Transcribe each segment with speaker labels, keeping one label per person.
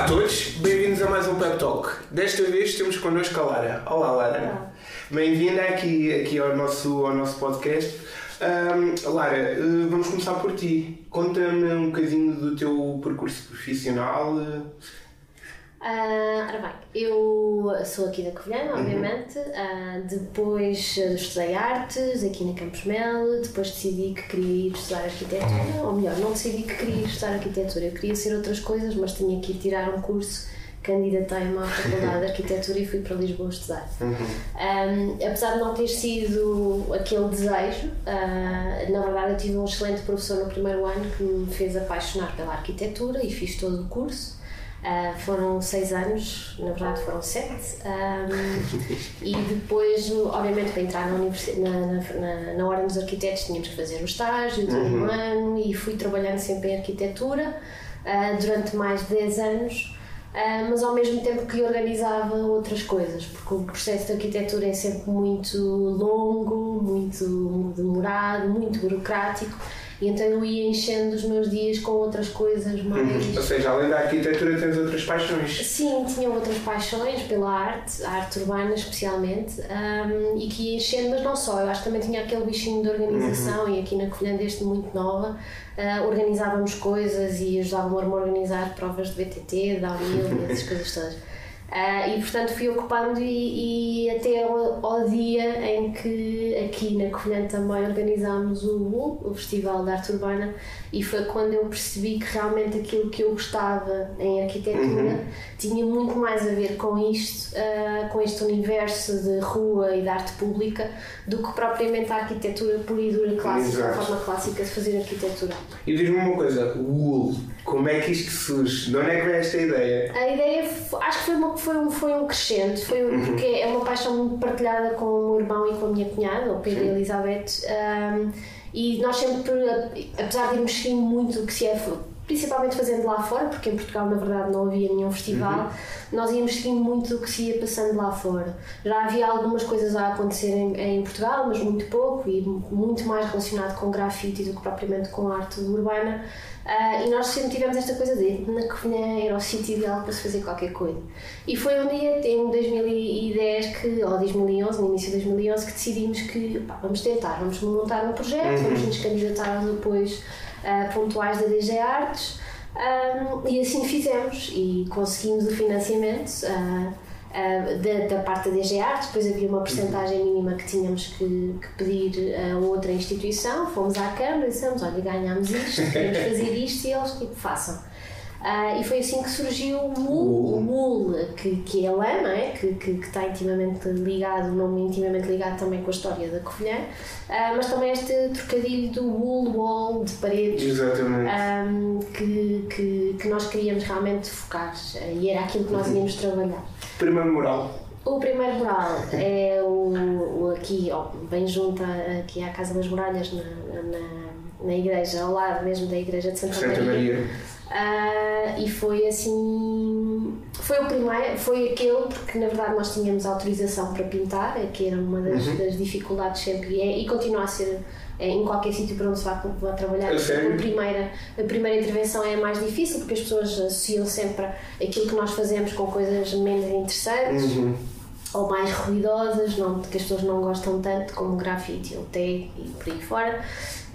Speaker 1: Olá a todos, bem-vindos a mais um Pep Talk. Desta vez temos connosco a Lara. Olá Lara.
Speaker 2: Olá.
Speaker 1: Bem-vinda aqui ao nosso podcast. Lara, vamos começar por ti. Conta-me um bocadinho do teu percurso profissional.
Speaker 2: Ora bem, eu sou aqui da Covilhã, obviamente. Depois estudei artes aqui na Campos Mel. Depois decidi que queria ir estudar arquitetura. Ou melhor, não decidi que queria ir estudar arquitetura. Eu queria ser outras coisas, mas tinha que ir tirar um curso. Candidatei-me à Faculdade de Arquitetura e fui para Lisboa estudar. Apesar de não ter sido aquele desejo, na verdade eu tive um excelente professor no primeiro ano que me fez apaixonar pela arquitetura e fiz todo o curso. Foram 6 anos, na verdade foram 7, e depois, obviamente, para entrar na Ordem dos Arquitetos tínhamos que fazer o estágio de um ano e fui trabalhando sempre em arquitetura durante mais de 10 anos, mas ao mesmo tempo que organizava outras coisas, porque o processo de arquitetura é sempre muito longo, muito demorado, muito burocrático. E então eu ia enchendo os meus dias com outras coisas mais...
Speaker 1: Ou seja, além da arquitetura tens outras paixões.
Speaker 2: Sim, tinha outras paixões pela arte, a arte urbana especialmente, e que ia enchendo, mas não só, eu acho que também tinha aquele bichinho de organização e aqui na Covilhã desde muito nova, organizávamos coisas e ajudava-me a organizar provas de BTT, da UNIL e essas coisas todas. E portanto fui ocupando e até ao dia em que aqui na Covilhã também organizámos o WUL, o Festival de Arte Urbana, e foi quando eu percebi que realmente aquilo que eu gostava em arquitetura tinha muito mais a ver com isto, com este universo de rua e de arte pública, do que propriamente a arquitetura pura e dura clássica, a forma clássica de fazer arquitetura.
Speaker 1: E diz-me uma coisa, o WUL, como é que isto surge? De onde é que vem esta ideia?
Speaker 2: A ideia, acho que foi um crescente, porque é uma paixão muito partilhada com o meu irmão e com a minha cunhada, o Pedro e a Elizabeth, e nós sempre, apesar de irmos seguindo muito o que se é, principalmente fazendo lá fora, porque em Portugal na verdade não havia nenhum festival, nós íamos seguindo muito o que se ia passando lá fora. Já havia algumas coisas a acontecer em Portugal, mas muito pouco e muito mais relacionado com grafite do que propriamente com arte urbana. E nós sempre tivemos esta coisa de na Covilhã era o sítio ideal para se fazer qualquer coisa. E foi um dia em 2010 ou 2011, no início de 2011, que decidimos que vamos tentar, vamos montar um projeto, vamos nos candidatar aos apoios pontuais da DG Artes, e assim fizemos e conseguimos o financiamento da parte da DG Artes. Depois havia uma percentagem mínima que tínhamos que pedir a outra instituição. Fomos à Câmara e dissemos: olha, ganhámos isto, queremos fazer isto, e eles façam. E foi assim que surgiu o WUL, que é a lã, não é? que está intimamente ligado, o nome intimamente ligado também com a história da Covilhã, mas também este trocadilho do WUL, wall, de paredes.
Speaker 1: Exatamente.
Speaker 2: Que nós queríamos realmente focar, e era aquilo que nós íamos trabalhar.
Speaker 1: Primeiro mural.
Speaker 2: O primeiro mural é aqui, bem junto aqui à Casa das Muralhas, na igreja, ao lado mesmo da igreja de Santa Maria. E foi assim, foi o primeiro, foi aquele, porque na verdade nós tínhamos autorização para pintar, que era uma das dificuldades sempre, e continua a ser em qualquer sítio para onde se vá trabalhar. A primeira intervenção é a mais difícil, porque as pessoas associam sempre aquilo que nós fazemos com coisas menos interessantes ou mais ruidosas, que as pessoas não gostam tanto, como grafite ou tag e por aí fora.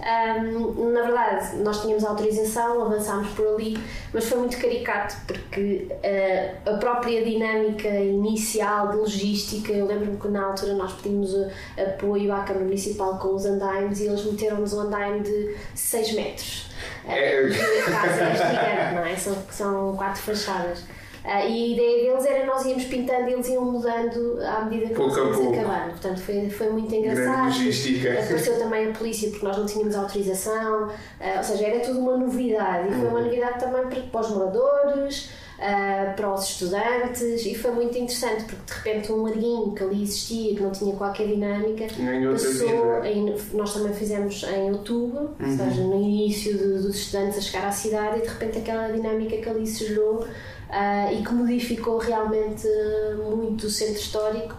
Speaker 2: Na verdade, nós tínhamos autorização, avançámos por ali, mas foi muito caricato, porque a própria dinâmica inicial de logística, eu lembro-me que na altura nós pedimos apoio à Câmara Municipal com os andaimes e eles meteram-nos um andaime de 6 metros. A casa é gigante, não é? São 4 fachadas. E a ideia deles era nós íamos pintando e eles iam mudando à medida que nós íamos acabando. Portanto, foi muito engraçado. Apareceu também a polícia porque nós não tínhamos autorização, ou seja, era tudo uma novidade. E foi uma novidade também para os moradores, para os estudantes, e foi muito interessante porque de repente um larguinho que ali existia, que não tinha qualquer dinâmica, passou. Nós também fizemos em outubro, ou seja, no início dos estudantes a chegar à cidade, e de repente aquela dinâmica que ali se gerou e que modificou realmente muito o centro histórico,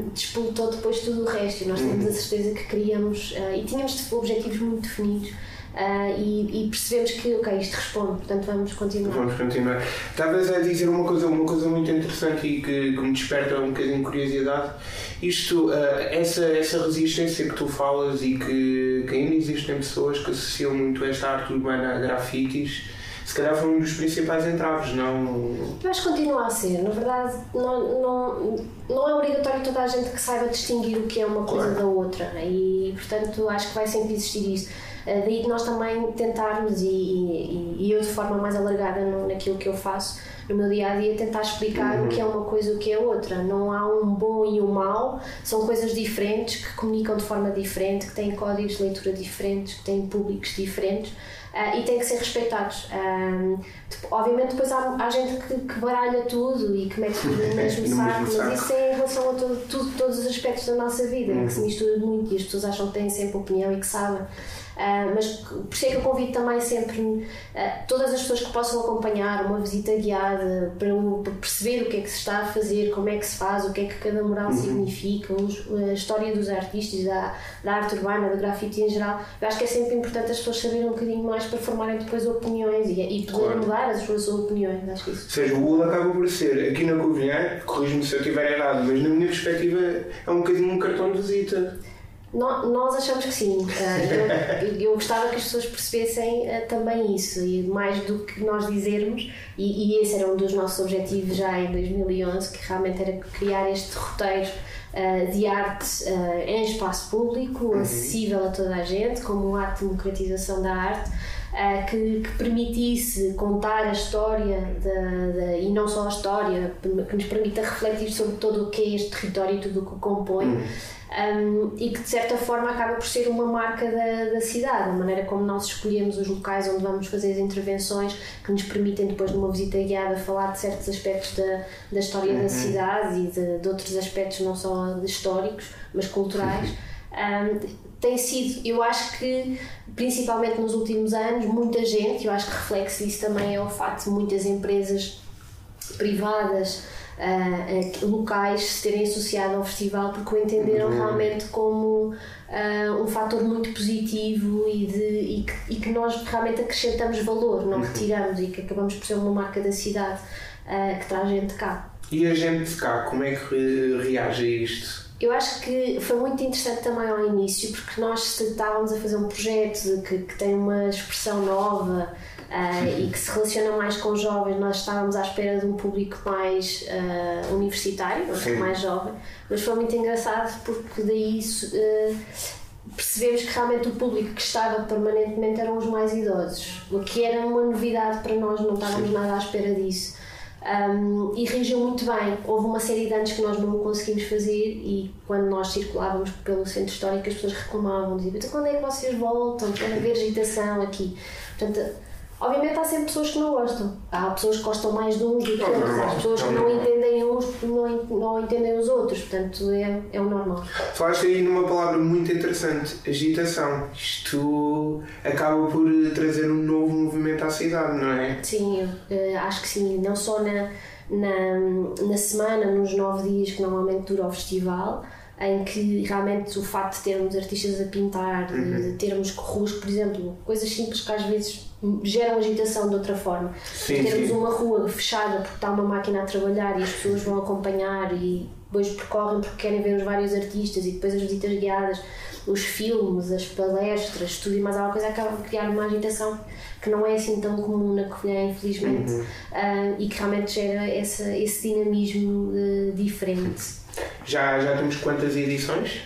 Speaker 2: despoltou depois tudo o resto, e nós tínhamos a certeza que queríamos, e tínhamos objetivos muito definidos, e percebemos que, ok, isto responde, portanto vamos continuar.
Speaker 1: Estavas a dizer uma coisa muito interessante e que me desperta um bocadinho de curiosidade. Isto, essa resistência que tu falas e que ainda existem pessoas que associam muito esta arte urbana a grafites, se calhar foi um dos principais entraves, não?
Speaker 2: Eu acho que continua a ser. Na verdade, não é obrigatório toda a gente que saiba distinguir o que é uma coisa da outra, e portanto acho que vai sempre existir isso. Daí que nós também tentarmos, e eu de forma mais alargada naquilo que eu faço no meu dia a dia, tentar explicar o que é uma coisa e o que é outra. Não há um bom e um mau, são coisas diferentes que comunicam de forma diferente, que têm códigos de leitura diferentes, que têm públicos diferentes. E têm que ser respeitados. Obviamente depois há gente que baralha tudo e que mete tudo no mesmo saco, mas isso é em relação a todos os aspectos da nossa vida, que se mistura muito e as pessoas acham que têm sempre opinião e que sabem. Mas por isso é que eu convido também sempre todas as pessoas que possam acompanhar uma visita guiada para perceber o que é que se está a fazer, como é que se faz, o que é que cada mural significa, a história dos artistas, da arte urbana, do grafite em geral. Eu acho que é sempre importante as pessoas saberem um bocadinho mais para formarem depois opiniões e poderem mudar as suas opiniões. Acho que isso.
Speaker 1: Ou seja, o UL acaba por ser, aqui na Covilhã, corrijo-me se eu estiver errado, mas na minha perspectiva é um bocadinho um cartão de visita.
Speaker 2: Nós achamos que sim. Eu gostava que as pessoas percebessem também isso, e mais do que nós dizermos, e esse era um dos nossos objetivos já em 2011, que realmente era criar este roteiro de arte em espaço público, acessível a toda a gente, como um ato de democratização da arte, que permitisse contar a história e não só a história, que nos permita refletir sobre todo o que é este território e tudo o que o compõe. E que de certa forma acaba por ser uma marca da cidade, a maneira como nós escolhemos os locais onde vamos fazer as intervenções, que nos permitem depois de uma visita guiada falar de certos aspectos da história da cidade e de outros aspectos não só históricos mas culturais. Tem sido, eu acho que principalmente nos últimos anos, muita gente, eu acho que reflexo disso também é o facto de muitas empresas privadas locais se terem associado ao festival, porque o entenderam realmente como um fator muito positivo e que nós realmente acrescentamos valor, não retiramos, e que acabamos por ser uma marca da cidade que traz gente cá.
Speaker 1: E a gente de cá, como é que reage a isto?
Speaker 2: Eu acho que foi muito interessante também ao início, porque nós estávamos a fazer um projeto que tem uma expressão nova e que se relaciona mais com os jovens. Nós estávamos à espera de um público mais universitário, mais jovem, mas foi muito engraçado porque daí percebemos que realmente o público que estava permanentemente eram os mais idosos, o que era uma novidade para nós, não estávamos nada à espera disso. E reagiu muito bem. Houve uma série de anos que nós não o conseguimos fazer, e quando nós circulávamos pelo centro histórico as pessoas reclamavam, diziam: então quando é que vocês voltam? Quando haver agitação aqui? Portanto, obviamente há sempre pessoas que não gostam, há pessoas que gostam mais de uns do que outros, há pessoas que não entendem uns porque não entendem os outros, portanto é o normal.
Speaker 1: Falaste aí numa palavra muito interessante: agitação. Isto acaba por trazer um novo movimento à cidade, não é?
Speaker 2: Sim, acho que sim, não só na semana, nos 9 dias que normalmente dura o festival, em que realmente o facto de termos artistas a pintar, de termos ruas, por exemplo, coisas simples que às vezes geram agitação de outra forma, de termos uma rua fechada porque está uma máquina a trabalhar e as pessoas vão acompanhar e depois percorrem porque querem ver os vários artistas, e depois as visitas guiadas, os filmes, as palestras, tudo e mais alguma coisa, acaba por criar uma agitação que não é assim tão comum na Covilhã, infelizmente, e que realmente gera esse dinamismo diferente.
Speaker 1: Já temos quantas edições?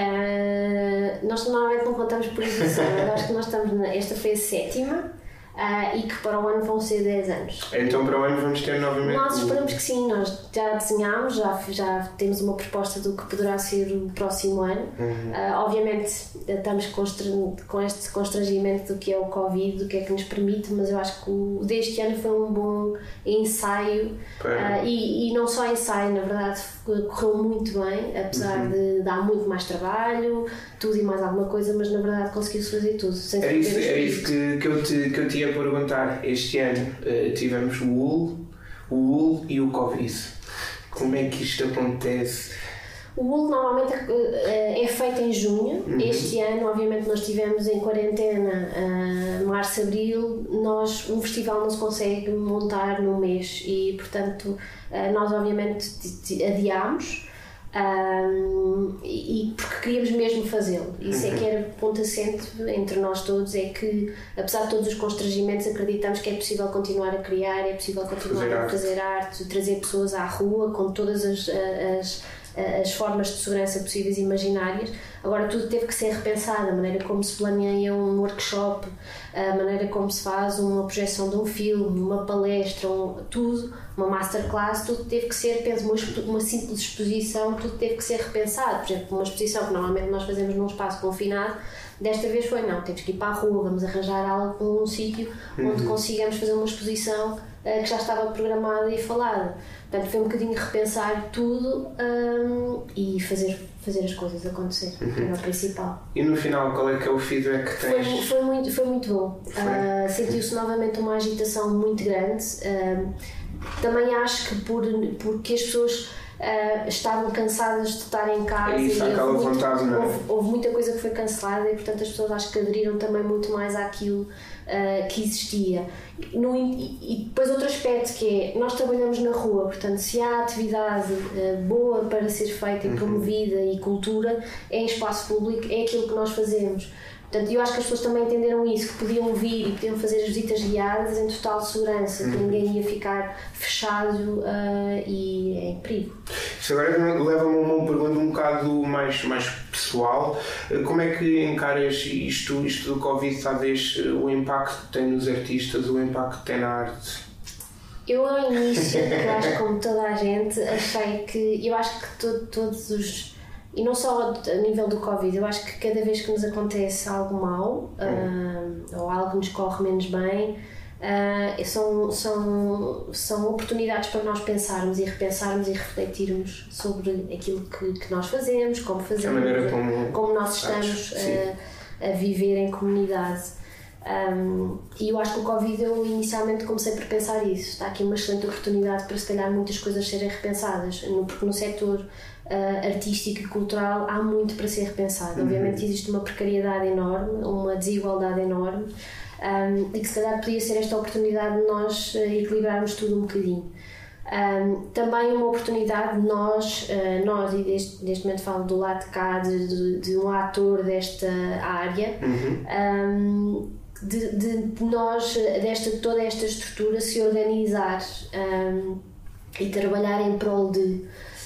Speaker 2: Nós normalmente não contamos por edição. Eu acho que nós estamos esta foi a 7ª, e que para o ano vão ser 10 anos.
Speaker 1: Então para o ano vamos ter novamente...
Speaker 2: Nós esperamos que sim, nós já desenhámos, já temos uma proposta do que poderá ser o próximo ano. Obviamente estamos com este constrangimento do que é o Covid, do que é que nos permite, mas eu acho que o deste ano foi um bom ensaio, e não só ensaio, na verdade correu muito bem, apesar de dar muito mais trabalho, tudo e mais alguma coisa, mas na verdade conseguiu-se fazer tudo.
Speaker 1: É isso que eu te ia perguntar. Este ano tivemos o UL e o Covid. Como é que isto acontece?
Speaker 2: O UL normalmente é feito feito em junho. Este ano, obviamente, nós estivemos em quarentena, março, abril. Um festival não se consegue montar num mês e, portanto, nós obviamente adiámos. E porque queríamos mesmo fazê-lo. Isso é que era ponto assente entre nós todos, é que apesar de todos os constrangimentos acreditamos que é possível continuar a criar, é possível continuar a fazer arte, trazer pessoas à rua com todas as formas de segurança possíveis e imaginárias. Agora tudo teve que ser repensado, a maneira como se planeia um workshop, a maneira como se faz uma projeção de um filme, uma palestra, tudo, uma masterclass, tudo teve que ser, penso, uma simples exposição, tudo teve que ser repensado. Por exemplo, uma exposição que normalmente nós fazemos num espaço confinado, desta vez foi, não, temos que ir para a rua, vamos arranjar um sítio onde consigamos fazer uma exposição que já estava programada e falada. Portanto, foi um bocadinho repensar tudo e fazer as coisas acontecer, era o principal.
Speaker 1: E no final, qual é que é o feedback que tens?
Speaker 2: Foi muito bom. Sentiu-se novamente uma agitação muito grande. Também acho que porque as pessoas estavam cansadas de estar em casa, houve muita coisa que foi cancelada e, portanto, as pessoas acho que aderiram também muito mais àquilo que existia. E depois outro aspecto que é, nós trabalhamos na rua, portanto, se há atividade boa para ser feita e promovida e cultura em espaço público, é aquilo que nós fazemos. Portanto, eu acho que as pessoas também entenderam isso, que podiam vir e podiam fazer as visitas guiadas em total segurança, que ninguém ia ficar fechado e em perigo.
Speaker 1: Isso agora leva-me a uma pergunta um bocado mais pessoal. Como é que encaras isto do Covid, talvez o impacto que tem nos artistas, o impacto que tem na arte?
Speaker 2: Eu ao início, que eu acho que como toda a gente, achei que, eu acho que todos os... E não só a nível do Covid, eu acho que cada vez que nos acontece algo mau ou algo que nos corre menos bem, são oportunidades para nós pensarmos e repensarmos e refletirmos sobre aquilo que nós fazemos, como fazemos, como nós estamos a viver em comunidade. E eu acho que o Covid, eu inicialmente comecei por pensar isso. Está aqui uma excelente oportunidade para, se calhar, muitas coisas serem repensadas, porque no setor artístico e cultural há muito para ser repensado. Obviamente existe uma precariedade enorme, uma desigualdade enorme, e que se calhar podia ser esta oportunidade de nós equilibrarmos tudo um bocadinho. Também uma oportunidade de nós e neste momento falo do lado de cá, de um ator desta área, de nós, toda esta estrutura se organizar e trabalhar em prol de...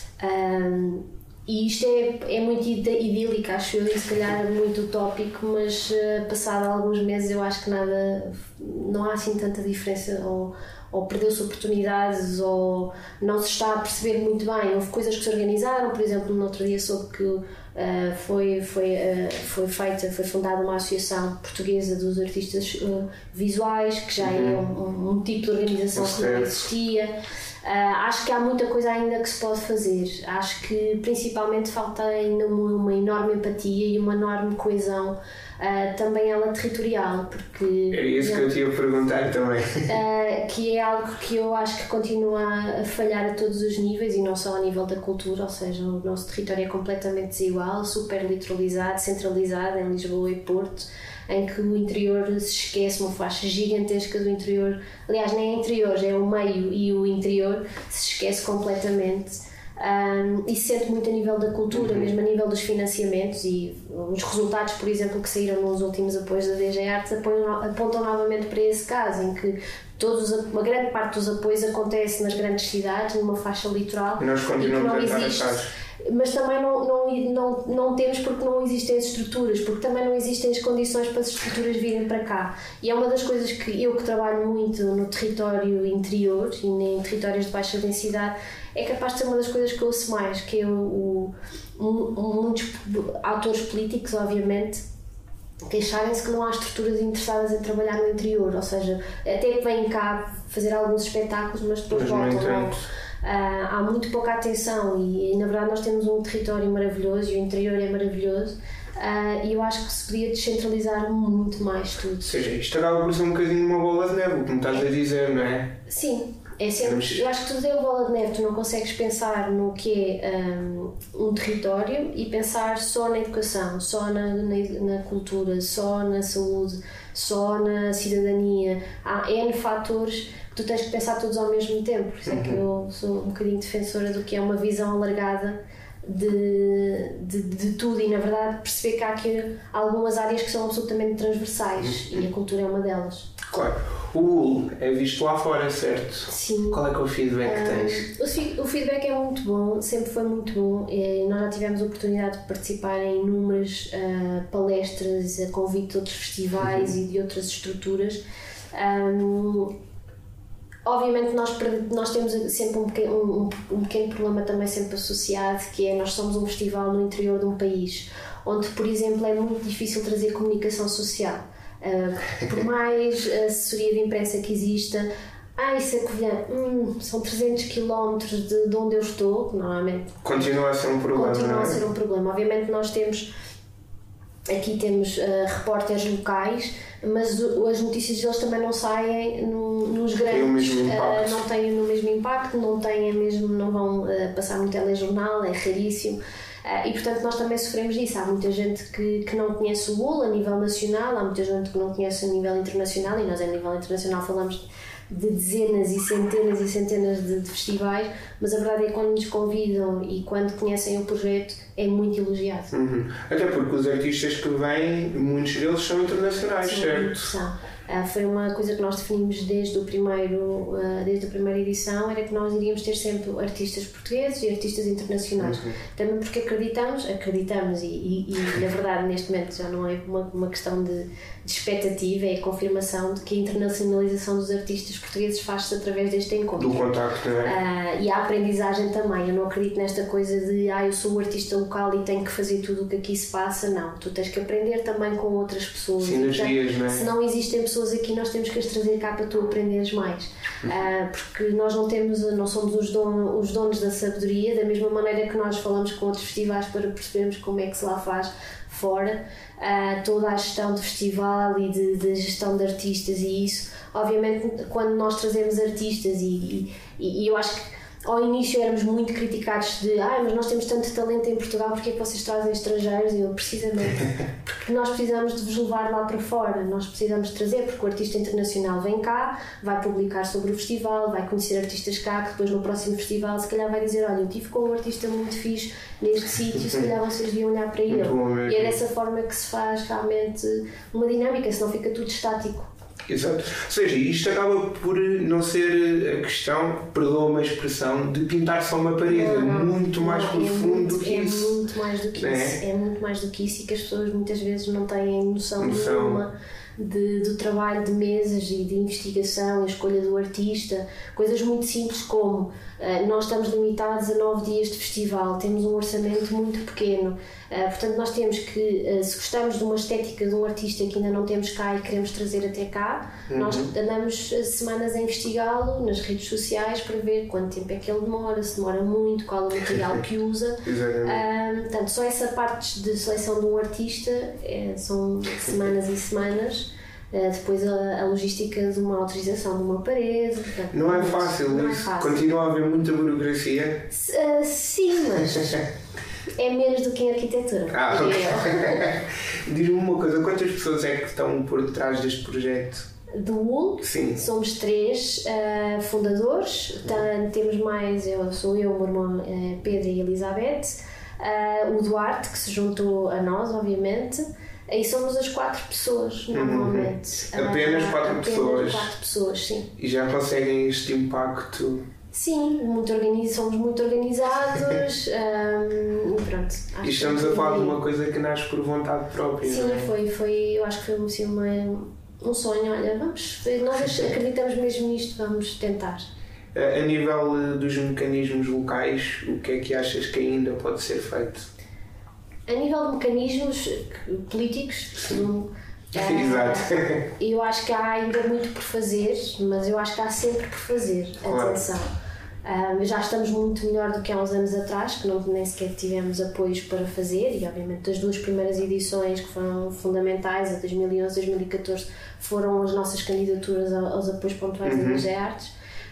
Speaker 2: e isto é muito idílico, acho eu, e se calhar muito utópico, mas passado alguns meses eu acho que não há assim tanta diferença, ou perdeu-se oportunidades, ou não se está a perceber muito bem. Houve coisas que se organizaram, por exemplo, no outro dia soube que foi fundada uma associação portuguesa dos artistas visuais, que já é um tipo de organização que não existia. Acho que há muita coisa ainda que se pode fazer. Acho que principalmente falta ainda uma enorme empatia e uma enorme coesão, também ela territorial, porque
Speaker 1: é isso que eu te ia perguntar também.
Speaker 2: Que é algo que eu acho que continua a falhar a todos os níveis, e não só a nível da cultura, ou seja, o nosso território é completamente desigual, super litoralizado, centralizado em Lisboa e Porto, em que o interior se esquece, uma faixa gigantesca do interior, aliás nem é interior, é o meio e o interior se esquece completamente. E se sente muito a nível da cultura, mesmo a nível dos financiamentos, e os resultados, por exemplo, que saíram nos últimos apoios da DG Artes apontam novamente para esse caso, em que uma grande parte dos apoios acontece nas grandes cidades, numa faixa litoral,
Speaker 1: e nós continuamos a estar atrás.
Speaker 2: Mas também não temos, porque não existem as estruturas, porque também não existem as condições para as estruturas virem para cá. E é uma das coisas que eu, que trabalho muito no território interior e em territórios de baixa densidade, é capaz de ser uma das coisas que eu ouço mais, que é muitos autores políticos, obviamente, queixarem-se que não há estruturas interessadas em trabalhar no interior, ou seja, até vêm cá fazer alguns espetáculos, mas depois voltam. Há muito pouca atenção e na verdade nós temos um território maravilhoso e o interior é maravilhoso, e eu acho que se podia descentralizar muito mais tudo.
Speaker 1: Ou seja, isto acaba por ser um bocadinho uma bola de neve, como estás a dizer, não é?
Speaker 2: Sim, É sempre, eu acho que tudo é bola de neve, tu não consegues pensar no que é um território e pensar só na educação, só na cultura, só na saúde, só na cidadania. Há N fatores que tu tens que pensar todos ao mesmo tempo, por isso é que eu sou um bocadinho defensora do que é uma visão alargada de tudo e, na verdade, perceber que há aqui algumas áreas que são absolutamente transversais e a cultura é uma delas.
Speaker 1: Claro. O wool é visto lá fora, certo?
Speaker 2: Sim.
Speaker 1: Qual é que é o feedback que tens?
Speaker 2: O feedback é muito bom, sempre foi muito bom. Nós já tivemos a oportunidade de participar em inúmeras palestras a convite de outros festivais e de outras estruturas. Obviamente nós temos sempre um pequeno problema também sempre associado, que é nós somos um festival no interior de um país, onde, por exemplo, é muito difícil trazer comunicação social. Por mais assessoria de imprensa que exista, isso é Covilhã, são 300 km de onde eu estou, normalmente.
Speaker 1: Continua a ser um problema.
Speaker 2: Continua a ser um problema. Obviamente nós temos repórteres locais, mas as notícias deles também não saem nos grandes, não têm o mesmo impacto, não vão passar no telejornal, é raríssimo. E portanto nós também sofremos disso. Há muita gente que não conhece o wool a nível nacional, há muita gente que não conhece a nível internacional, e nós a nível internacional falamos de dezenas e centenas de festivais, mas a verdade é que quando nos convidam e quando conhecem o projeto é muito elogiado.
Speaker 1: Até porque os artistas que vêm, muitos deles são internacionais,
Speaker 2: sim,
Speaker 1: certo?
Speaker 2: São. Foi uma coisa que nós definimos desde a primeira edição, era que nós iríamos ter sempre artistas portugueses e artistas internacionais. Também porque acreditamos e na verdade neste momento já não é uma questão de expectativa, é a confirmação de que a internacionalização dos artistas portugueses faz-se através deste encontro.
Speaker 1: Do contacto, não é?
Speaker 2: E a aprendizagem também. Eu não acredito nesta coisa de eu sou um artista local e tenho que fazer tudo o que aqui se passa. Não, tu tens que aprender também com outras pessoas.
Speaker 1: Sinergias, não é?
Speaker 2: Se não existem pessoas aqui, nós temos que as trazer cá para tu aprenderes mais. Porque nós não somos os donos da sabedoria, da mesma maneira que nós falamos com outros festivais para percebermos como é que se lá faz fora. Toda a gestão de festival e de gestão de artistas e isso, obviamente quando nós trazemos artistas e eu acho que ao início éramos muito criticados de mas nós temos tanto talento em Portugal, porque é que vocês trazem estrangeiros? E eu, precisamente, porque nós precisamos de vos levar lá para fora, nós precisamos de trazer, porque o artista internacional vem cá, vai publicar sobre o festival, vai conhecer artistas cá, que depois no próximo festival se calhar vai dizer, olha, eu estive com um artista muito fixe neste sítio, se calhar vocês deviam olhar para ele. E é dessa forma que se faz realmente uma dinâmica, senão fica tudo estático.
Speaker 1: Exato. Ou seja, isto acaba por não ser a questão, perdoa-me a expressão, de pintar só uma parede. É muito mais profundo do que isso.
Speaker 2: É muito mais do que isso. É muito mais do que isso, e que as pessoas muitas vezes não têm noção nenhuma do trabalho de mesas e de investigação, a escolha do artista, coisas muito simples como nós estamos limitados a 9 dias de festival, temos um orçamento muito pequeno, portanto nós temos que, se gostamos de uma estética de um artista que ainda não temos cá e queremos trazer até cá, nós andamos semanas a investigá-lo nas redes sociais para ver quanto tempo é que ele demora, se demora muito, qual é o material que usa. Portanto, só essa parte de seleção de um artista são semanas e semanas. Depois a logística de uma autorização de uma parede. Portanto,
Speaker 1: não é fácil, não é fácil. Continua a haver muita burocracia.
Speaker 2: Sim, mas é menos do que em arquitetura.
Speaker 1: Okay. Diz-me uma coisa, quantas pessoas é que estão por detrás deste projeto?
Speaker 2: Do wool?
Speaker 1: Sim.
Speaker 2: Somos 3 fundadores. Temos mais, sou eu, o meu irmão Pedro e Elizabeth, o Duarte, que se juntou a nós, obviamente. E somos as 4 pessoas, normalmente.
Speaker 1: Apenas 4 pessoas?
Speaker 2: Apenas 4 pessoas, sim.
Speaker 1: E já conseguem este impacto?
Speaker 2: Sim, somos muito organizados. Pronto.
Speaker 1: E estamos a falar de uma coisa que nasce por vontade própria.
Speaker 2: Sim,
Speaker 1: não é?
Speaker 2: foi, eu acho que foi assim, um sonho. Olha, nós acreditamos mesmo nisto, vamos tentar.
Speaker 1: A nível dos mecanismos locais, o que é que achas que ainda pode ser feito?
Speaker 2: A nível de mecanismos políticos,
Speaker 1: Exato.
Speaker 2: Eu acho que há ainda muito por fazer, mas eu acho que há sempre por fazer. Claro. Atenção. Já estamos muito melhor do que há uns anos atrás, que nem sequer tivemos apoios para fazer, e obviamente as 2 primeiras edições que foram fundamentais, a 2011 e 2014, foram as nossas candidaturas aos apoios pontuais da Liga Artes.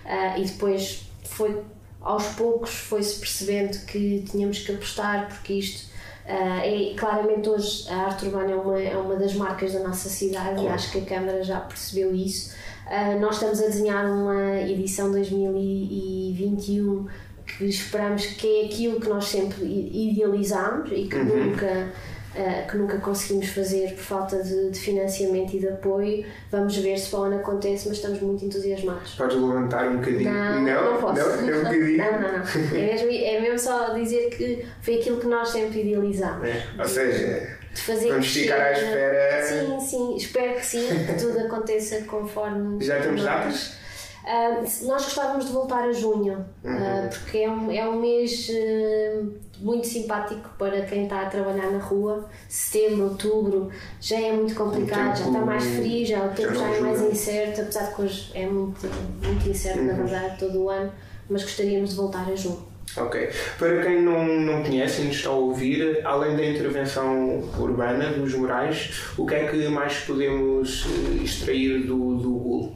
Speaker 2: e depois aos poucos foi-se percebendo que tínhamos que apostar, porque isto claramente hoje a arte urbana é uma das marcas da nossa cidade, e acho que a Câmara já percebeu isso. Nós estamos a desenhar uma edição 2021 que esperamos que é aquilo que nós sempre idealizámos e que nunca conseguimos fazer por falta de financiamento e de apoio. Vamos ver se para o ano acontece, mas estamos muito entusiasmados.
Speaker 1: Podes levantar um bocadinho?
Speaker 2: Não posso.
Speaker 1: Não, é um bocadinho.
Speaker 2: Não. É mesmo só dizer que foi aquilo que nós sempre idealizámos.
Speaker 1: Ou seja,
Speaker 2: de fazer
Speaker 1: vamos ficar à espera.
Speaker 2: Sim, espero que sim, que tudo aconteça conforme.
Speaker 1: Já temos datas?
Speaker 2: Nós gostávamos de voltar a junho, porque é um mês muito simpático para quem está a trabalhar na rua. Setembro, outubro já é muito complicado, já está mais frio, o tempo já é mais incerto, apesar de que hoje é muito incerto, na verdade, todo o ano, mas gostaríamos de voltar a junho.
Speaker 1: Ok. Para quem não conhece e nos está a ouvir, além da intervenção urbana dos murais, o que é que mais podemos extrair do wool?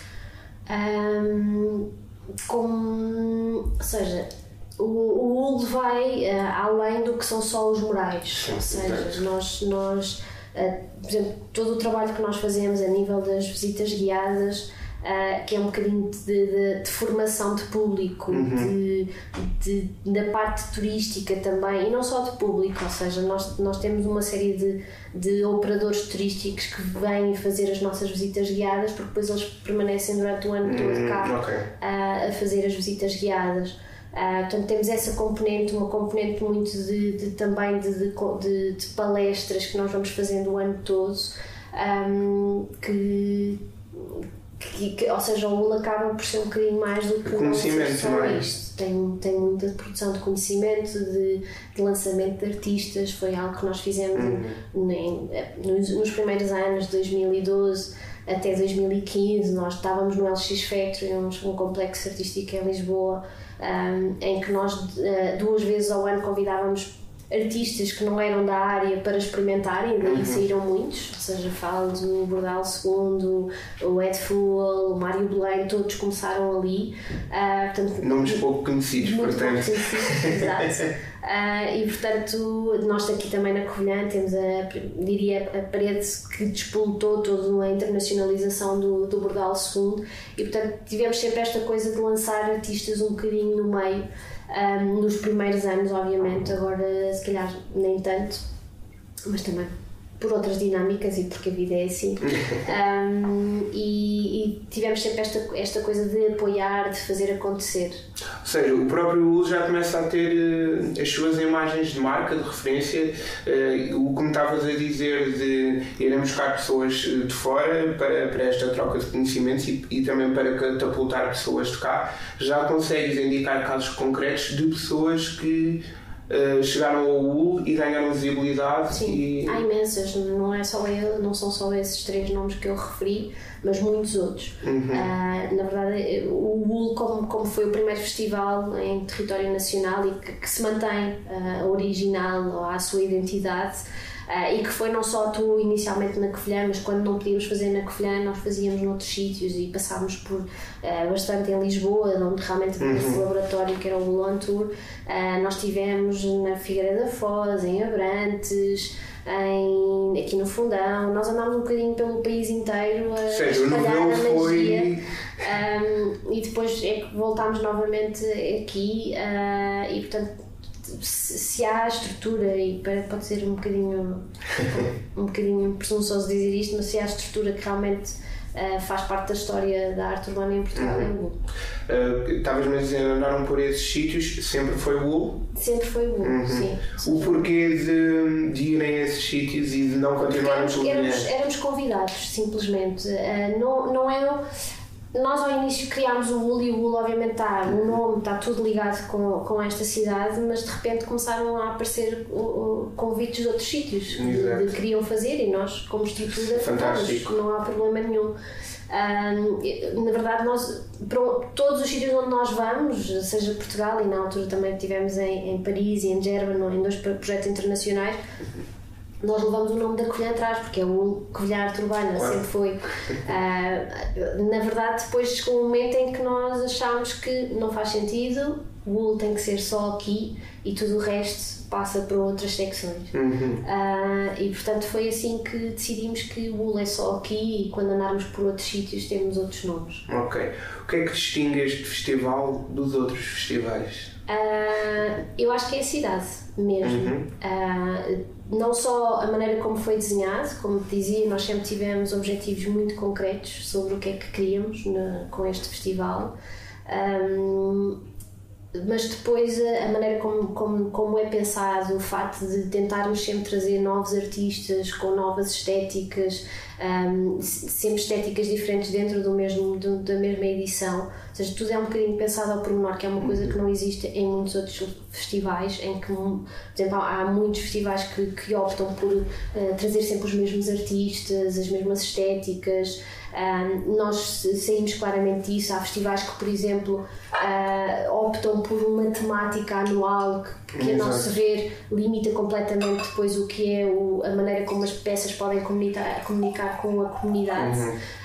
Speaker 2: Ou seja, o wool vai além do que são só os murais. Ou seja, nós por exemplo, todo o trabalho que nós fazemos a nível das visitas guiadas, que é um bocadinho de formação de público, da parte turística também, e não só de público, ou seja, nós temos uma série de operadores turísticos que vêm fazer as nossas visitas guiadas, porque depois eles permanecem durante o ano todo cá a fazer as visitas guiadas. Portanto, temos essa componente, uma componente muito também de palestras que nós vamos fazendo o ano todo, ou seja, o wool acaba por ser um bocadinho mais do que
Speaker 1: conhecimento, não é?
Speaker 2: Tem muita produção de conhecimento, de lançamento de artistas. Foi algo que nós fizemos nos primeiros anos de 2012 até 2015. Nós estávamos no LX Factory, um complexo artístico em Lisboa, em que nós 2 vezes ao ano convidávamos artistas que não eram da área para experimentarem, daí saíram muitos, ou seja, falo do Bordal II, o Ed Fuel, o Mário Belém, todos começaram ali. Portanto,
Speaker 1: nomes pouco conhecidos, portanto.
Speaker 2: Exato. E portanto, nós aqui também na Covilhã temos a parede que despoltou toda a internacionalização do Bordal II, e portanto tivemos sempre esta coisa de lançar artistas um bocadinho no meio. Nos primeiros anos, obviamente, agora se calhar nem tanto, mas também por outras dinâmicas e porque a vida é assim. E tivemos sempre esta coisa de apoiar, de fazer acontecer.
Speaker 1: Ou seja, o próprio wool já começa a ter as suas imagens de marca, de referência. O que me estavas a dizer de irem buscar pessoas de fora para esta troca de conhecimentos e também para catapultar pessoas de cá, já consegues indicar casos concretos de pessoas que chegaram ao wool e ganharam visibilidade.
Speaker 2: Sim, há imensas, não são só esses 3 nomes que eu referi, mas muitos outros. Na verdade, o wool, como foi o primeiro festival em território nacional e que se mantém original à sua identidade, e que foi não só atuou inicialmente na Covilhã, mas quando não podíamos fazer na Covilhã nós fazíamos noutros sítios e passámos por bastante em Lisboa, onde realmente havia esse laboratório que era o Wool on Tour. Nós tivemos na Figueira da Foz, em Abrantes, aqui no Fundão. Nós andámos um bocadinho pelo país inteiro a espalhar a magia. E depois é que voltámos novamente aqui, e portanto, se há estrutura, e pode ser um bocadinho presunçoso dizer isto, mas se há estrutura que realmente faz parte da história da arte urbana em Portugal, é o wool.
Speaker 1: Estavas-me a dizer, andaram por esses sítios, sempre foi o wool?
Speaker 2: Sempre foi o wool, sim.
Speaker 1: O porquê de irem a esses sítios e de não continuarmos a
Speaker 2: éramos convidados, simplesmente. Não é... Nós ao início criámos o wool, e o wool obviamente o nome está tudo ligado com esta cidade, mas de repente começaram a aparecer convites de outros sítios que queriam fazer, e nós, como estrutura, não há problema nenhum. Na verdade, para todos os sítios onde nós vamos, seja Portugal, e na altura também estivemos em Paris e em Gerba, em 2 projetos internacionais, nós levamos o nome da Covilhã atrás, porque é o Covilhã Arte Urbana, sempre foi. Na verdade, depois chegou um momento em que nós achámos que não faz sentido, o wool tem que ser só aqui e tudo o resto passa para outras secções. E portanto foi assim que decidimos que o wool é só aqui e quando andarmos por outros sítios temos outros nomes.
Speaker 1: Ok. O que é que distingue este festival dos outros festivais?
Speaker 2: Eu acho que é a cidade mesmo. Não só a maneira como foi desenhado, como te dizia, nós sempre tivemos objetivos muito concretos sobre o que é que queríamos com este festival, mas depois a maneira como é pensado, o facto de tentarmos sempre trazer novos artistas com novas estéticas, sempre estéticas diferentes dentro da mesma edição, ou seja, tudo é um bocadinho pensado ao pormenor, que é uma coisa que não existe em muitos outros festivais, em que, por exemplo, há muitos festivais que optam por trazer sempre os mesmos artistas, as mesmas estéticas. Nós saímos claramente disso. Há festivais que, por exemplo, optam por uma temática anual que a nosso ver limita completamente depois o que é a maneira como as peças podem comunicar com a comunidade.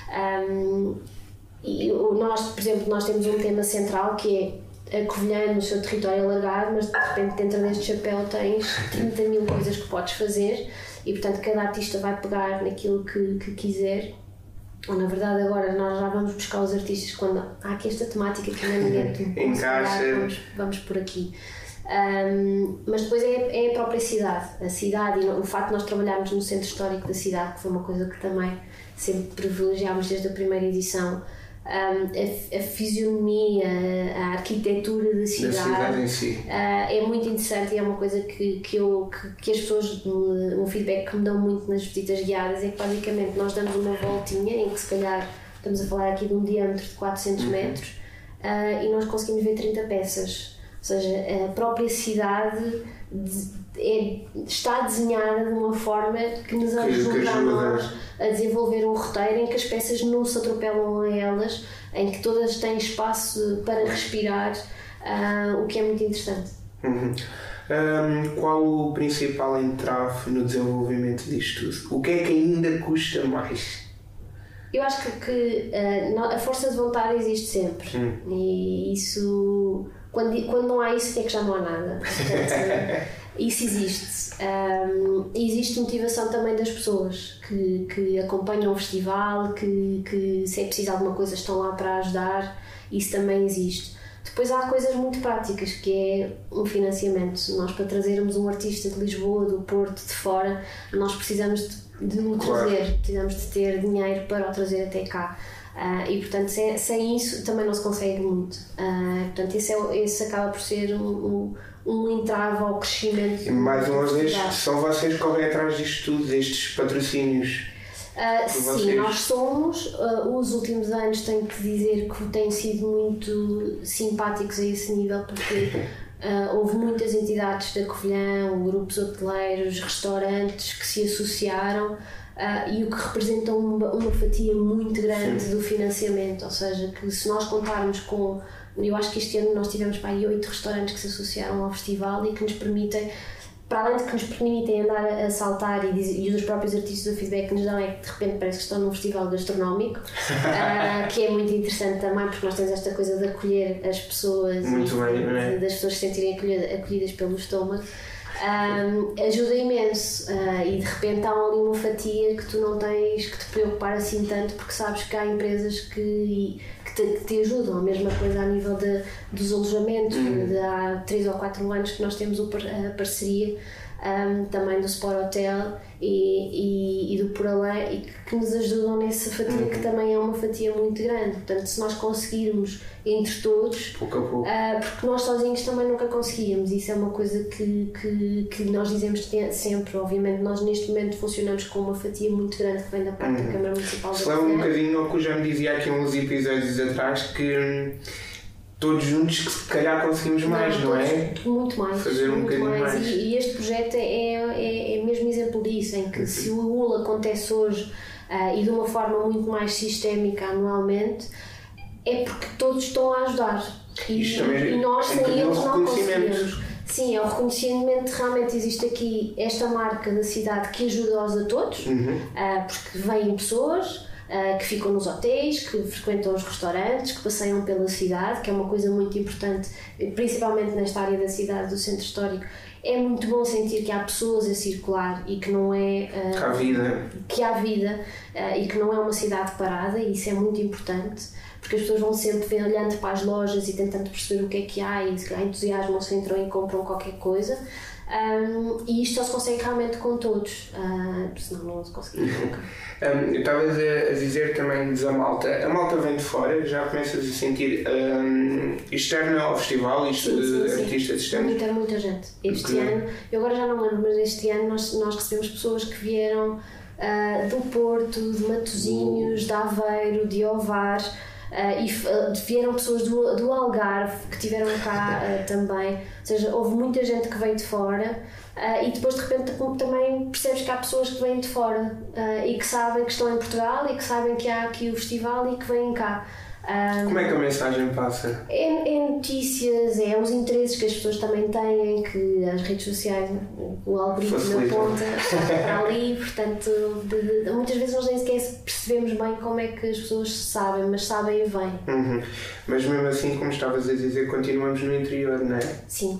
Speaker 2: E nós, por exemplo, nós temos um tema central que é a Covilhã no seu território alargado, mas de repente dentro deste chapéu tens 30 mil coisas que podes fazer e portanto cada artista vai pegar naquilo que quiser. Ou na verdade agora nós já vamos buscar os artistas quando há aqui esta temática que não ninguém encaixa, vamos por aqui. Mas depois é a própria cidade, a cidade e o facto de nós trabalharmos no centro histórico da cidade, que foi uma coisa que também sempre privilegiámos desde a primeira edição. A fisionomia, a arquitetura da cidade
Speaker 1: em si.
Speaker 2: É muito interessante e é uma coisa que as pessoas, um feedback que me dão muito nas visitas guiadas é que basicamente nós damos uma voltinha em que se calhar estamos a falar aqui de um diâmetro de 400 metros e nós conseguimos ver 30 peças, ou seja, a própria cidade está desenhada de uma forma que nos ajuda a nós a desenvolver um roteiro em que as peças não se atropelam a elas, em que todas têm espaço para respirar, o que é muito interessante.
Speaker 1: Qual o principal entrave no desenvolvimento disto tudo? O que é que ainda custa mais?
Speaker 2: Eu acho que a força de vontade existe sempre e isso, quando não há isso é que já não há nada. Portanto, isso existe. Existe motivação também das pessoas que acompanham o festival, que se é preciso alguma coisa estão lá para ajudar, isso também existe. Depois há coisas muito práticas, que é um financiamento. Nós, para trazermos um artista de Lisboa, do Porto, de fora, nós precisamos de o trazer, precisamos de ter dinheiro para o trazer até cá. E portanto sem isso também não se consegue muito. Portanto esse acaba por ser um entrave ao crescimento.
Speaker 1: E mais uma vez são vocês que correm atrás disto tudo, destes patrocínios.
Speaker 2: Sim, nós somos. Os últimos anos tenho que dizer que têm sido muito simpáticos a esse nível, porque houve muitas entidades da Covilhã, grupos hoteleiros, restaurantes que se associaram e o que representam uma fatia muito grande do financiamento, ou seja, que se nós contarmos com, eu acho que este ano nós tivemos para aí 8 restaurantes que se associaram ao festival e que nos permitem, para além de que nos permitem andar a saltar e os próprios artistas, o feedback que nos dão é que de repente parece que estão num festival gastronómico, que é muito interessante também, porque nós temos esta coisa de acolher as pessoas e das pessoas se sentirem acolhidas pelo estômago. Ajuda imenso e de repente há ali uma fatia que tu não tens que te preocupar assim tanto, porque sabes que há empresas que te ajudam. A mesma coisa a nível dos alojamentos. Há 3 ou 4 anos que nós temos a parceria também do Sport Hotel e do Por Além, e que nos ajudam nessa fatia, que também é uma fatia muito grande. Portanto, se nós conseguirmos entre todos,
Speaker 1: pouco a pouco,
Speaker 2: porque nós sozinhos também nunca conseguíamos, isso é uma coisa que nós dizemos sempre. Obviamente nós neste momento funcionamos com uma fatia muito grande que vem da parte da Câmara Municipal da
Speaker 1: Covilhã. Um bocadinho ao que eu já me dizia aqui uns episódios atrás, que todos juntos que se calhar conseguimos mais, não é?
Speaker 2: Muito mais.
Speaker 1: Fazer um bocadinho mais.
Speaker 2: E este projeto é mesmo exemplo disso, em que se o UL acontece hoje e de uma forma muito mais sistémica anualmente, é porque todos estão a ajudar. E nós sem eles não conseguimos. Sim, é o reconhecimento de realmente existe aqui esta marca da cidade que ajuda-os a todos, porque vêm pessoas que ficam nos hotéis, que frequentam os restaurantes, que passeiam pela cidade, que é uma coisa muito importante, principalmente nesta área da cidade, do centro histórico. É muito bom sentir que há pessoas a circular e que não é... que há vida e que não é uma cidade parada, e isso é muito importante, porque as pessoas vão sempre olhando para as lojas e tentando perceber o que é que há, e se calhar entusiasmam-se, entram e compram qualquer coisa. E isto só se consegue realmente com todos, senão não se consegue nunca.
Speaker 1: Estavas a dizer também da malta. A malta vem de fora, já começas a sentir externa ao festival, artistas externos?
Speaker 2: Muita gente. Este ano, eu agora já não lembro, mas este ano nós recebemos pessoas que vieram do Porto, de Matosinhos, de Aveiro, de Ovar. E vieram pessoas do Algarve que estiveram cá também, ou seja, houve muita gente que veio de fora e depois de repente também percebes que há pessoas que vêm de fora e que sabem que estão em Portugal e que sabem que há aqui o festival e que vêm cá.
Speaker 1: Como é que a mensagem passa?
Speaker 2: É notícias, é os interesses que as pessoas também têm, que as redes sociais, o algoritmo aponta para ali, portanto, muitas vezes nós nem sequer percebemos bem como é que as pessoas sabem, mas sabem e vêm.
Speaker 1: Mas mesmo assim, como estavas a dizer, continuamos no interior, não é?
Speaker 2: Sim.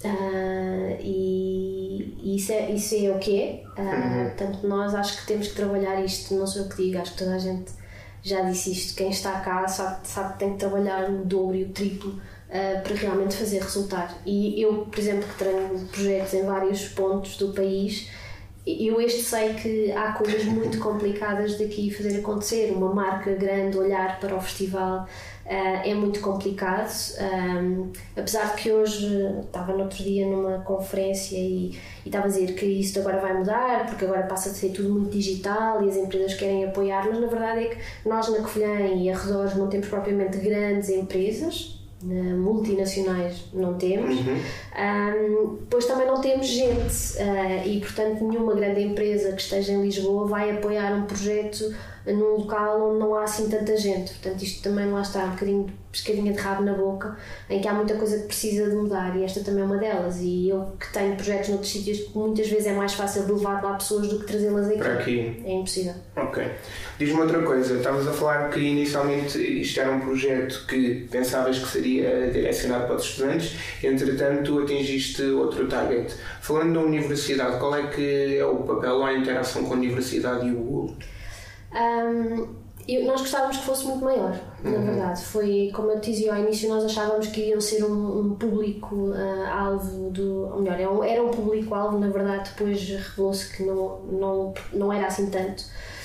Speaker 2: E isso é o que é. Portanto, nós acho que temos que trabalhar isto, não sei o que digo, acho que toda a gente já disse isto, quem está cá sabe que tem que trabalhar o dobro e o triplo para realmente fazer resultar. E eu, por exemplo, que treino projetos em vários pontos do país, eu sei que há coisas muito complicadas daqui fazer acontecer. Uma marca grande olhar para o festival é muito complicado, apesar de que hoje estava no outro dia numa conferência e estava a dizer que isto agora vai mudar, porque agora passa a ser tudo muito digital e as empresas querem apoiar, mas na verdade é que nós na Covilhã e arredores não temos propriamente grandes empresas, multinacionais não temos, depois também não temos gente e portanto nenhuma grande empresa que esteja em Lisboa vai apoiar um projeto num local onde não há assim tanta gente, portanto isto também lá está um bocadinho de pescadinha de rabo na boca, em que há muita coisa que precisa de mudar e esta também é uma delas. E eu que tenho projetos noutros sítios, muitas vezes é mais fácil de levar lá pessoas do que trazê-las aqui. É impossível.
Speaker 1: Ok. Diz-me outra coisa, estavas a falar que inicialmente isto era um projeto que pensavas que seria direcionado para os estudantes, entretanto tu atingiste outro target. Falando da universidade, qual é que é o papel ou a interação com a universidade e o UL?
Speaker 2: Nós gostávamos que fosse muito maior, na verdade. Foi, como eu te dizia ao início, nós achávamos que iam ser um público-alvo ou melhor, era um público-alvo, na verdade depois revelou-se que não era assim tanto.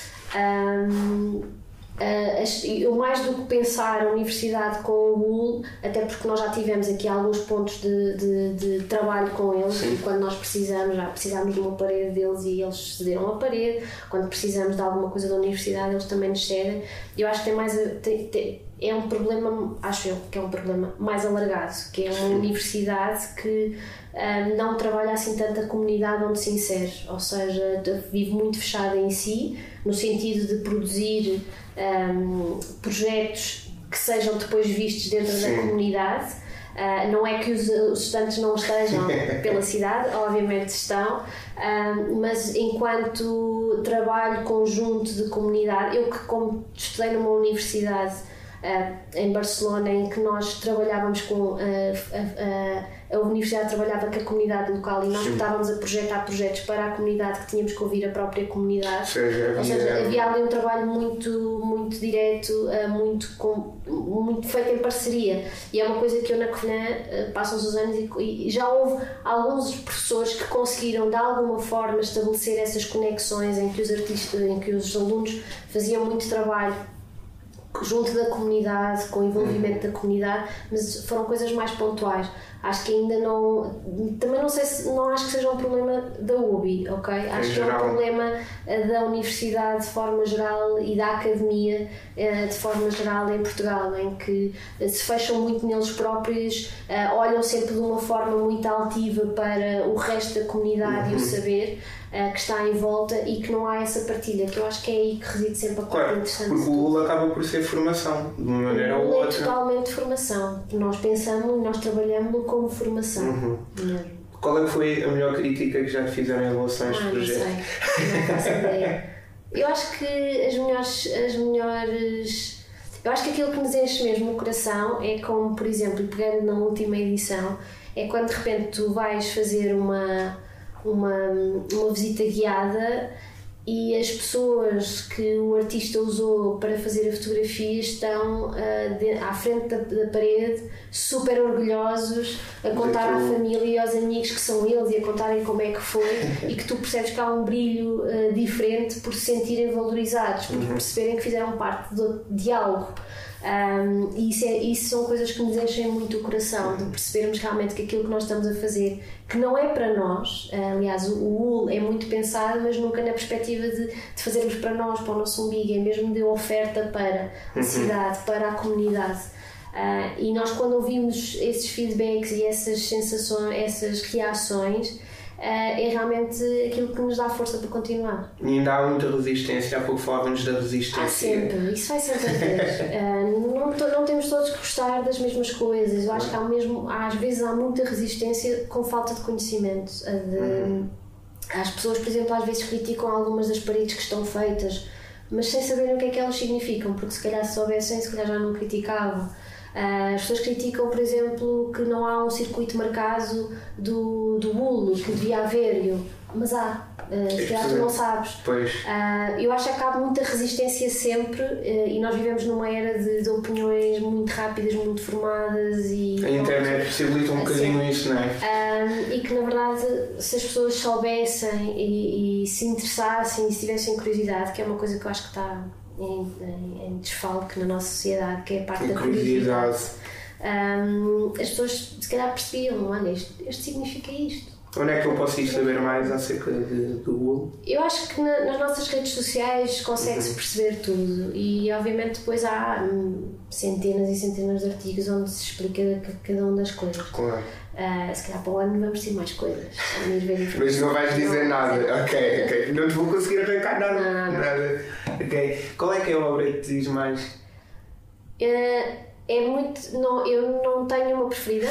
Speaker 2: Eu mais do que pensar a universidade com o UL, até porque nós já tivemos aqui alguns pontos de trabalho com eles. Sim. E quando nós já precisámos de uma parede deles e eles cederam a parede, quando precisamos de alguma coisa da universidade eles também nos cedem. Eu acho que é um problema, acho eu que é um problema mais alargado, que é uma universidade que não trabalha assim tanto a comunidade onde se insere, ou seja, vive muito fechada em si, no sentido de produzir projetos que sejam depois vistos dentro da comunidade. Não é que os estudantes não estejam pela cidade, obviamente estão, mas enquanto trabalho conjunto de comunidade, eu que como estudei numa universidade em Barcelona em que nós trabalhávamos com a universidade trabalhava com a comunidade local e nós estávamos a projetar projetos para a comunidade que tínhamos que ouvir a própria comunidade. Ou seja, havia ali um trabalho muito direto, muito feito em parceria, e é uma coisa que eu na Covilhã passam-se os anos e já houve alguns professores que conseguiram de alguma forma estabelecer essas conexões em que os alunos faziam muito trabalho junto da comunidade, com o envolvimento da comunidade, mas foram coisas mais pontuais. Acho que ainda não... Também não acho que seja um problema da UBI, ok? Acho que é um problema da universidade de forma geral e da academia de forma geral em Portugal, em que se fecham muito neles próprios, olham sempre de uma forma muito altiva para o resto da comunidade e o saber, que está em volta e que não há essa partilha, que eu acho que é aí que reside sempre a parte interessante.
Speaker 1: Porque o Wool acaba por ser formação, de uma maneira ou outra.
Speaker 2: É totalmente formação. Nós pensamos e nós trabalhamos como formação.
Speaker 1: Qual é que foi a melhor crítica que já te fizeram em relação a este projeto?
Speaker 2: Não sei, não faço ideia. Eu acho que as melhores. Eu acho que aquilo que nos enche mesmo o coração é como, por exemplo, pegando na última edição, é quando de repente tu vais fazer uma visita guiada e as pessoas que o artista usou para fazer a fotografia estão à frente da parede, super orgulhosos, a contar à família e aos amigos que são eles e a contarem como é que foi, e que tu percebes que há um brilho diferente por se sentirem valorizados, por perceberem que fizeram parte de algo. E isso são coisas que nos enchem muito o coração, de percebermos realmente que aquilo que nós estamos a fazer, que não é para nós, aliás o Wool é muito pensado, mas nunca na perspectiva de fazermos para nós, para o nosso umbigo, é mesmo de oferta para a cidade, para a comunidade. E nós, quando ouvimos esses feedbacks e essas sensações, essas reações, é realmente aquilo que nos dá força para continuar.
Speaker 1: E ainda há muita resistência, há pouco falávamos da resistência.
Speaker 2: Há sempre, isso vai sempre haver. Não temos todos que gostar das mesmas coisas. Eu acho que às vezes há muita resistência com falta de conhecimento. As pessoas, por exemplo, às vezes criticam algumas das paredes que estão feitas, mas sem saberem o que é que elas significam, porque se calhar se soubessem, se calhar já não criticavam. As pessoas criticam, por exemplo, que não há um circuito marcado do Wool, que devia haver, mas há, se calhar tu não sabes. Eu acho que acaba muita resistência sempre, e nós vivemos numa era de opiniões muito rápidas, muito formadas, e
Speaker 1: a internet possibilita um bocadinho isso, não é?
Speaker 2: E que na verdade, se as pessoas soubessem e se interessassem e se tivessem curiosidade, que é uma coisa que eu acho que está em desfalque na nossa sociedade, que é a parte da curiosidade, as pessoas se calhar percebiam, olha, isto significa isto.
Speaker 1: Onde é que eu posso ir saber mais acerca do Wool?
Speaker 2: Eu acho que nas nossas redes sociais consegue-se perceber tudo, e obviamente depois há centenas e centenas de artigos onde se explica cada uma das coisas.
Speaker 1: Claro.
Speaker 2: Se calhar para o ano vamos ter mais coisas.
Speaker 1: Mas não vais dizer nada. Ok. Não te vou conseguir arrancar nada.
Speaker 2: Não.
Speaker 1: Nada. Ok. Qual é que é a obra que te diz mais?
Speaker 2: Eu não tenho uma preferida.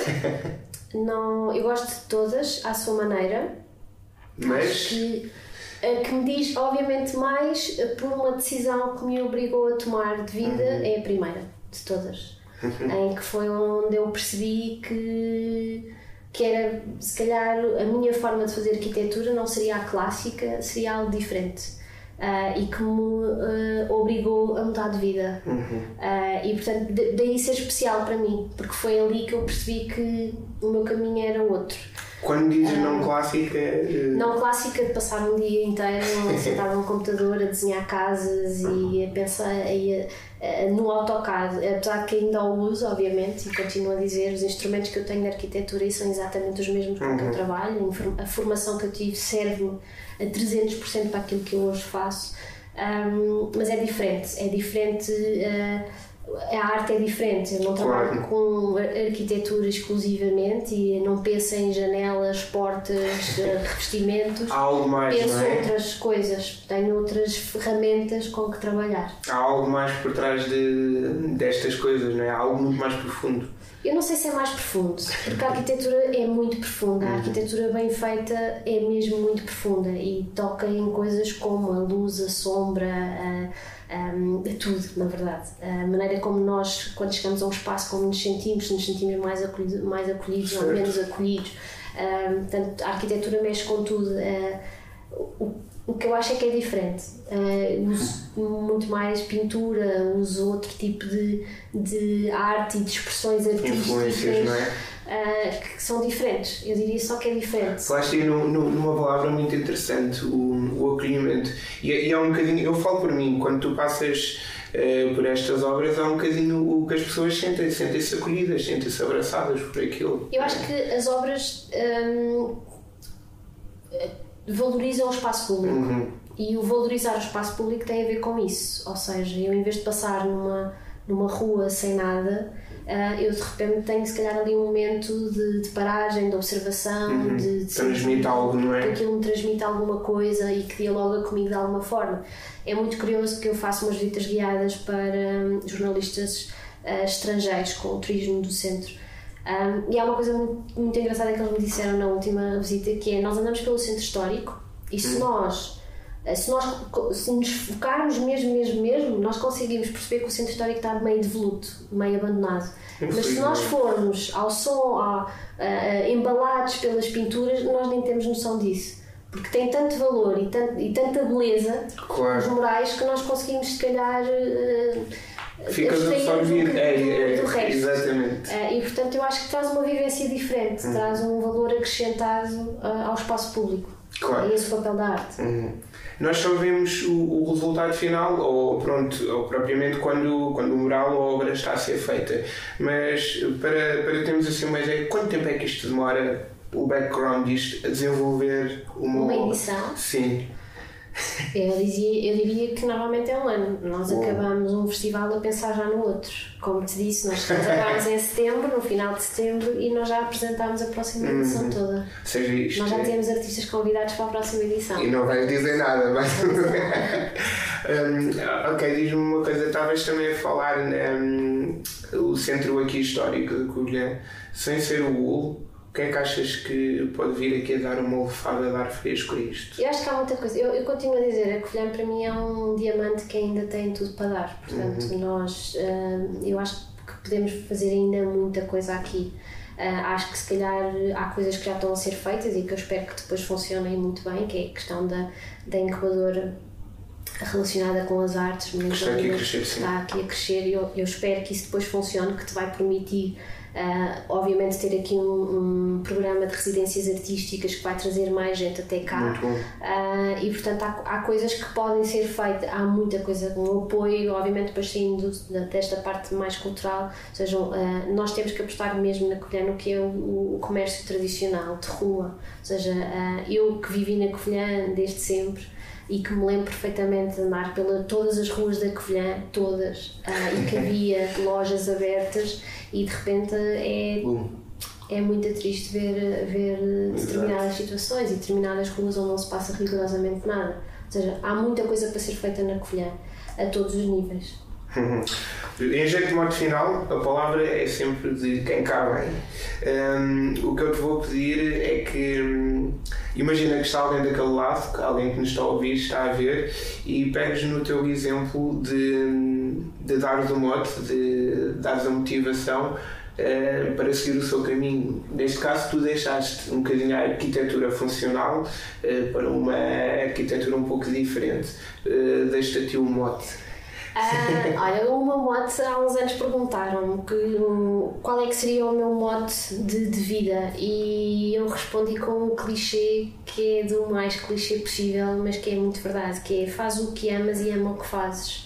Speaker 2: Eu gosto de todas à sua maneira.
Speaker 1: Mas
Speaker 2: acho que a que me diz obviamente mais por uma decisão que me obrigou a tomar de vida é a primeira de todas. Em que foi onde eu percebi que era, se calhar, a minha forma de fazer arquitetura não seria a clássica, seria algo diferente. E que me obrigou a mudar de vida. E portanto, daí ser especial para mim, porque foi ali que eu percebi que o meu caminho era outro.
Speaker 1: Quando dizes não clássica...
Speaker 2: Não clássica de passar um dia inteiro sentado num computador a desenhar casas e a pensar no AutoCAD, apesar de que ainda o uso, obviamente, e continuo a dizer, os instrumentos que eu tenho de arquitetura são exatamente os mesmos com que eu trabalho, a formação que eu tive serve-me a 300% para aquilo que eu hoje faço, mas é diferente, a arte é diferente. Eu não trabalho com arquitetura exclusivamente e não penso em janelas, portas, revestimentos.
Speaker 1: Há algo mais,
Speaker 2: penso
Speaker 1: não é?
Speaker 2: Outras coisas, tenho outras ferramentas com que trabalhar.
Speaker 1: Há algo mais por trás destas coisas, não é? Há algo muito mais profundo.
Speaker 2: Eu não sei se é mais profundo, porque a arquitetura é muito profunda. A arquitetura bem feita é mesmo muito profunda e toca em coisas como a luz, a sombra, tudo, na verdade. A maneira como nós, quando chegamos a um espaço, como nos sentimos mais acolhidos ou menos acolhidos. Portanto, a arquitetura mexe com tudo. O que eu acho é que é diferente. Uso muito mais pintura, uso outro tipo de arte e de expressões artísticas,
Speaker 1: não é?
Speaker 2: Que são diferentes. Eu diria só que é diferente.
Speaker 1: Falaste aí numa palavra muito interessante, o acolhimento. E é um bocadinho, eu falo por mim, quando tu passas por estas obras, há um bocadinho o que as pessoas sentem-se acolhidas, sentem-se abraçadas por aquilo.
Speaker 2: Eu acho que as obras valorizam o espaço público, e o valorizar o espaço público tem a ver com isso, ou seja, eu em vez de passar numa rua sem nada, eu de repente tenho se calhar ali um momento de paragem, de observação, de
Speaker 1: transmite algo, não é?
Speaker 2: Que aquilo me transmite alguma coisa e que dialoga comigo de alguma forma. É muito curioso que eu faço umas visitas guiadas para jornalistas estrangeiros com o turismo do centro. E há uma coisa muito engraçada que eles me disseram na última visita, que é: nós andamos pelo centro histórico e se nos focarmos mesmo, nós conseguimos perceber que o centro histórico está meio devoluto, meio abandonado. Mas se nós formos ao som, embalados pelas pinturas, nós nem temos noção disso. Porque tem tanto valor e tanta beleza, os murais, que nós conseguimos, se calhar,
Speaker 1: ficas absorvido
Speaker 2: do resto.
Speaker 1: Exatamente.
Speaker 2: E portanto eu acho que traz uma vivência diferente, traz um valor acrescentado ao espaço público.
Speaker 1: Claro.
Speaker 2: É esse o papel da arte.
Speaker 1: Nós só vemos o resultado final, ou propriamente quando o mural ou a obra está a ser feita. Mas para termos assim uma ideia, quanto tempo é que isto demora, o background disto, a desenvolver uma
Speaker 2: edição?
Speaker 1: Sim.
Speaker 2: Eu diria que normalmente é um ano. Nós acabamos um festival a pensar já no outro. Como te disse, nós acabámos em setembro, no final de setembro, e nós já apresentámos a próxima edição toda.
Speaker 1: Ou seja,
Speaker 2: nós já temos artistas convidados para a próxima edição.
Speaker 1: E não vais dizer nada, mas... ok, diz-me uma coisa, estavas também a falar o centro aqui histórico de Covilhã, sem ser o UL. O que é que achas que pode vir aqui a dar uma lefada de ar fresco a isto?
Speaker 2: Eu acho que há muita coisa. Eu continuo a dizer, a Covilhã para mim é um diamante que ainda tem tudo para dar. Portanto, eu acho que podemos fazer ainda muita coisa aqui. Acho que se calhar há coisas que já estão a ser feitas e que eu espero que depois funcionem muito bem, que é a questão da incubadora relacionada com as artes.
Speaker 1: Está aqui a crescer, sim.
Speaker 2: Está aqui a crescer e eu espero que isso depois funcione, que te vai permitir obviamente ter aqui um programa de residências artísticas que vai trazer mais gente até cá. E portanto há coisas que podem ser feitas, há muita coisa com apoio, obviamente depois saindo desta parte mais cultural, ou seja, nós temos que apostar mesmo na Covilhã no que é o comércio tradicional de rua, ou seja, eu que vivi na Covilhã desde sempre e que me lembro perfeitamente de andar todas as ruas da Covilhã, todas, e que havia lojas abertas, e de repente é muito triste ver determinadas situações e determinadas ruas onde não se passa rigorosamente nada. Ou seja, há muita coisa para ser feita na Covilhã, a todos os níveis.
Speaker 1: Em jeito de modo final, a palavra é sempre de quem cá vem. O que eu te vou pedir é que imagina que está alguém daquele lado, que alguém que nos está a ouvir, está a ver, e pegues no teu exemplo de dares o mote, de dares a motivação para seguir o seu caminho. Neste caso, tu deixaste um bocadinho a arquitetura funcional para uma arquitetura um pouco diferente. Deixa-te a ti o mote.
Speaker 2: Olha, o meu mote, há uns anos perguntaram-me qual é que seria o meu mote de vida, e eu respondi com um clichê que é do mais clichê possível, mas que é muito verdade, que é: faz o que amas e ama o que fazes.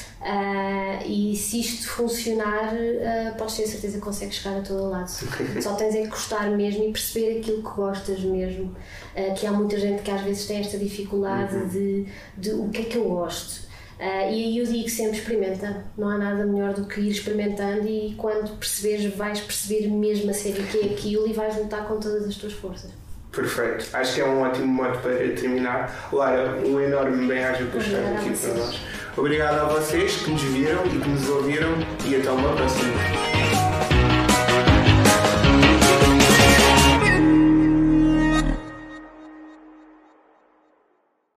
Speaker 2: E se isto funcionar, podes ter certeza que consegues chegar a todo lado. Só tens é que gostar mesmo e perceber aquilo que gostas mesmo, que há muita gente que às vezes tem esta dificuldade de o que é que eu gosto. E aí eu digo sempre: experimenta, não há nada melhor do que ir experimentando, e quando perceberes, vais perceber mesmo a sério o que é aquilo e vais lutar com todas as tuas forças.
Speaker 1: Perfeito, acho que é um ótimo modo para terminar. Lara, um enorme bem-aja por estar aqui para nós. Obrigado a vocês que nos viram e que nos ouviram, e até uma próxima.